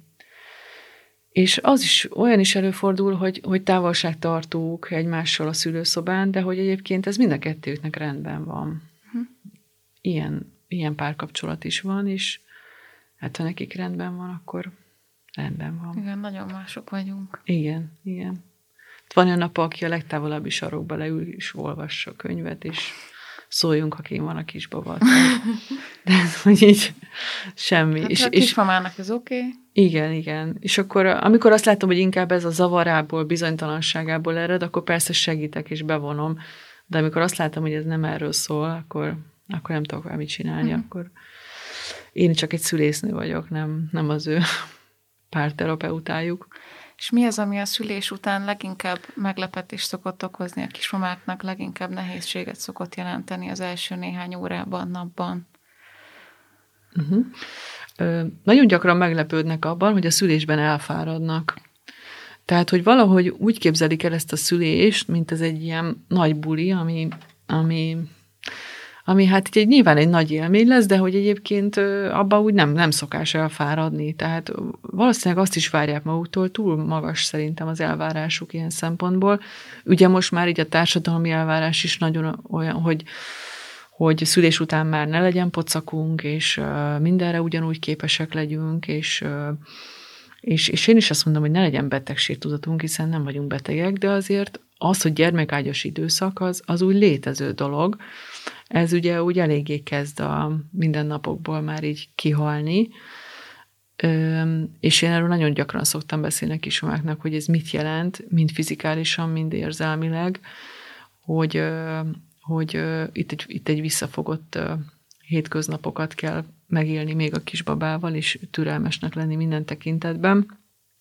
S2: És az is, olyan is előfordul, hogy, hogy távolságtartók egymással a szülőszobán, de hogy egyébként ez mind a kettőknek rendben van. Ilyen, ilyen párkapcsolat is van, és hát ha nekik rendben van, akkor rendben van.
S1: Igen, nagyon mások vagyunk.
S2: Igen, igen. Van olyan apa, aki a legtávolabbi sarokba leül, és olvassa a könyvet, és szóljunk, ha kén van a kisbaba. De hogy így semmi.
S1: Hát
S2: és,
S1: a kismamának ez oké. Okay.
S2: Igen, igen. És akkor, amikor azt látom, hogy inkább ez a zavarából, bizonytalanságából ered, akkor persze segítek és bevonom. De amikor azt látom, hogy ez nem erről szól, akkor, akkor nem tudok valamit csinálni. Mm. Akkor én csak egy szülésznő vagyok, nem, nem az ő párterapeutájuk.
S1: És mi az, ami a szülés után leginkább meglepetést szokott okozni a kismamáknak, leginkább nehézséget szokott jelenteni az első néhány órában, napban?
S2: Uh-huh. Ö, nagyon gyakran meglepődnek abban, hogy a szülésben elfáradnak. Tehát, hogy valahogy úgy képzelik el ezt a szülést, mint ez egy ilyen nagy buli, ami, ami, ami hát egy, nyilván egy nagy élmény lesz, de hogy egyébként abban úgy nem, nem szokás elfáradni. Tehát valószínűleg azt is várják maguktól, túl magas szerintem az elvárásuk ilyen szempontból. Ugye most már így a társadalmi elvárás is nagyon olyan, hogy hogy szülés után már ne legyen pocakunk, és mindenre ugyanúgy képesek legyünk, és, és, és én is azt mondom, hogy ne legyen betegségtudatunk, hiszen nem vagyunk betegek, de azért az, hogy gyermekágyas időszak, az, az úgy létező dolog. Ez ugye úgy eléggé kezd a mindennapokból már így kihalni. És én erről nagyon gyakran szoktam beszélni a kismamáknak, hogy ez mit jelent, mind fizikálisan, mind érzelmileg, hogy, hogy itt, egy, itt egy visszafogott hétköznapokat kell megélni még a kisbabával, és türelmesnek lenni minden tekintetben.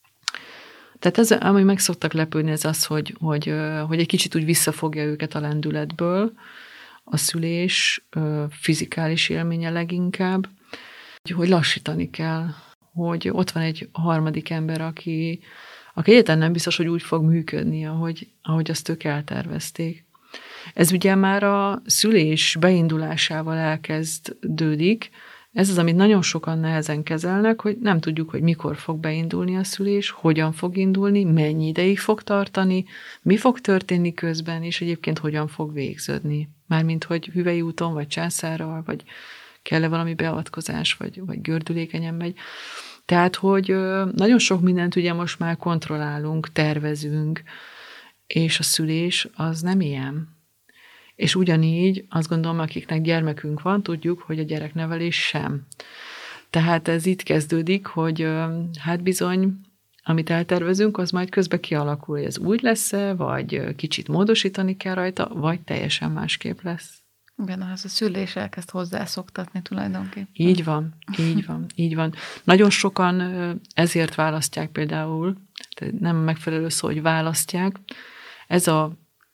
S2: Tehát ez, ami meg szoktak lepődni, ez az, hogy, hogy, hogy egy kicsit úgy visszafogja őket a lendületből, a szülés fizikális élménye leginkább, hogy lassítani kell, hogy ott van egy harmadik ember, aki, aki egyáltalán nem biztos, hogy úgy fog működni, ahogy, ahogy azt ők eltervezték. Ez ugye már a szülés beindulásával elkezdődik. Ez az, amit nagyon sokan nehezen kezelnek, hogy nem tudjuk, hogy mikor fog beindulni a szülés, hogyan fog indulni, mennyi ideig fog tartani, mi fog történni közben, és egyébként hogyan fog végződni. Mármint, hogy hüvely úton, vagy császárral, vagy kell-e valami beavatkozás, vagy, vagy gördülékenyen megy. Tehát, hogy nagyon sok mindent ugye most már kontrollálunk, tervezünk, és a szülés az nem ilyen. És ugyanígy azt gondolom, akiknek gyermekünk van, tudjuk, hogy a gyereknevelés sem. Tehát ez itt kezdődik, hogy hát bizony, amit eltervezünk, az majd közben kialakul, hogy ez úgy lesz-e, vagy kicsit módosítani kell rajta, vagy teljesen másképp lesz.
S1: Igen, az a szülés elkezd hozzászoktatni tulajdonképpen.
S2: Így van, így van, így van. Nagyon sokan ezért választják például, nem megfelelő szó, hogy választják, ez a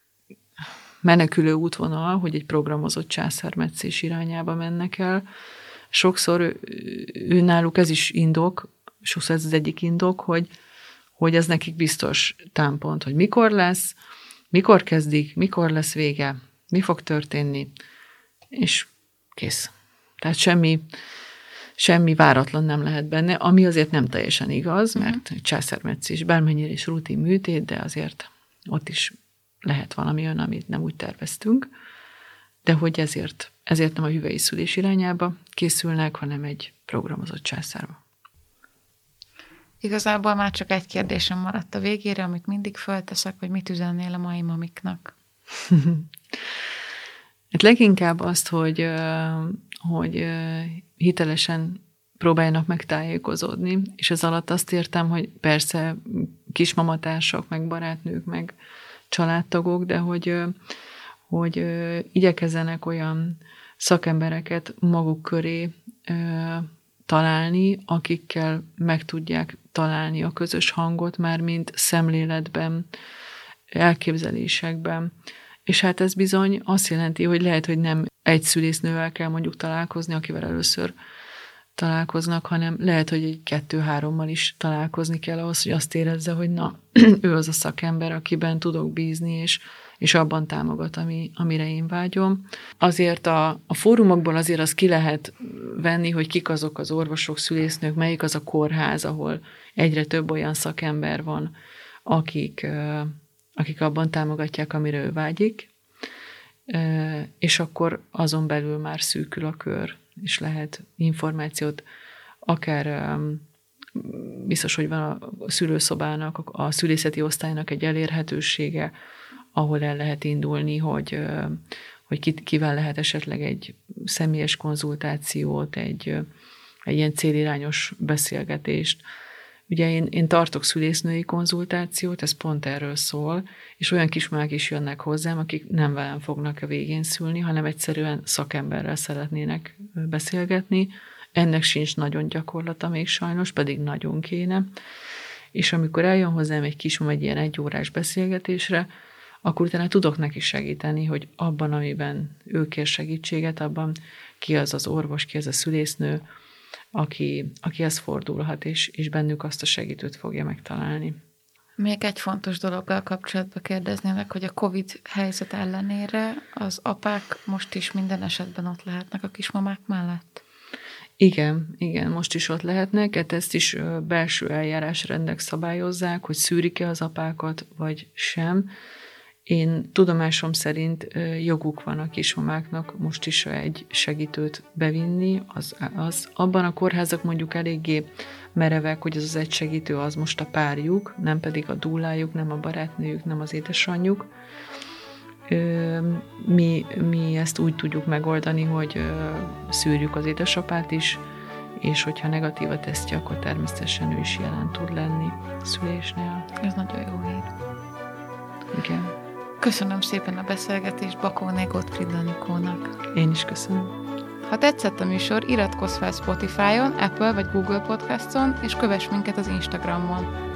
S2: menekülő útvonal, hogy egy programozott császármetszés irányába mennek el. Sokszor ő náluk ez is indok, sokszor ez az egyik indok, hogy, hogy ez nekik biztos támpont, hogy mikor lesz, mikor kezdik, mikor lesz vége, mi fog történni, és kész. Tehát semmi, semmi váratlan nem lehet benne, ami azért nem teljesen igaz, mert császármetszés bármennyire is rutin műtét, de azért ott is lehet valami olyan, amit nem úgy terveztünk, de hogy ezért, ezért nem a hüvei szülés irányába készülnek, hanem egy programozott császárba.
S1: Igazából már csak egy kérdésem maradt a végére, amit mindig fölteszek, hogy mit üzennél a mai mamiknak?
S2: Hát leginkább azt, hogy, hogy hitelesen próbáljanak meg tájékozódni, és ez alatt azt értem, hogy persze kismamatársak, meg barátnők, meg családtagok, de hogy, hogy igyekezzenek olyan szakembereket maguk köré találni, akikkel meg tudják találni a közös hangot, már mint szemléletben, elképzelésekben. És hát ez bizony azt jelenti, hogy lehet, hogy nem egy szülésznővel kell mondjuk találkozni, akivel először találkoznak, hanem lehet, hogy egy kettő-hárommal is találkozni kell ahhoz, hogy azt érezze, hogy na, ő az a szakember, akiben tudok bízni, és, és abban támogat, ami, amire én vágyom. Azért a, a fórumokból azért az ki lehet venni, hogy kik azok az orvosok, szülésznők, melyik az a kórház, ahol egyre több olyan szakember van, akik, akik abban támogatják, amire ő vágyik, és akkor azon belül már szűkül a kör, és lehet információt, akár biztos, hogy van a szülőszobának, a szülészeti osztálynak egy elérhetősége, ahol el lehet indulni, hogy, hogy kivel lehet esetleg egy személyes konzultációt, egy, egy ilyen célirányos beszélgetést. Ugye én, én tartok szülésznői konzultációt, ez pont erről szól, és olyan kismamák is jönnek hozzám, akik nem velem fognak a végén szülni, hanem egyszerűen szakemberrel szeretnének beszélgetni. Ennek sincs nagyon gyakorlata még sajnos, pedig nagyon kéne. És amikor eljön hozzám egy kismama egy ilyen egyórás beszélgetésre, akkor utána tudok neki segíteni, hogy abban, amiben ő kér segítséget, abban ki az az orvos, ki az a szülésznő, aki, akihez fordulhat, és, és bennük azt a segítőt fogja megtalálni.
S1: Még egy fontos dologgal kapcsolatban kérdeznélek, hogy a Covid helyzet ellenére az apák most is minden esetben ott lehetnek a kismamák mellett?
S2: Igen, igen, most is ott lehetnek, hát ezt is belső eljárásrendek szabályozzák, hogy szűrik-e az apákat, vagy sem. Én tudomásom szerint joguk van a kismamáknak most is egy segítőt bevinni, az, az abban a kórházak mondjuk eléggé merevek, hogy az az egy segítő az most a párjuk, nem pedig a dúlájuk, nem a barátnőjük, nem az édesanyjuk. Mi, mi ezt úgy tudjuk megoldani, hogy szűrjük az édesapát is, és hogyha negatív a tesztje, akkor természetesen ő is jelen tud lenni a szülésnél.
S1: Ez nagyon jó hír.
S2: Igen.
S1: Köszönöm szépen a beszélgetést Bakóné Gottfried Danikónak.
S2: Én is köszönöm.
S1: Ha tetszett a műsor, iratkozz fel Spotify-on, Apple vagy Google Podcaston, és kövess minket az Instagramon.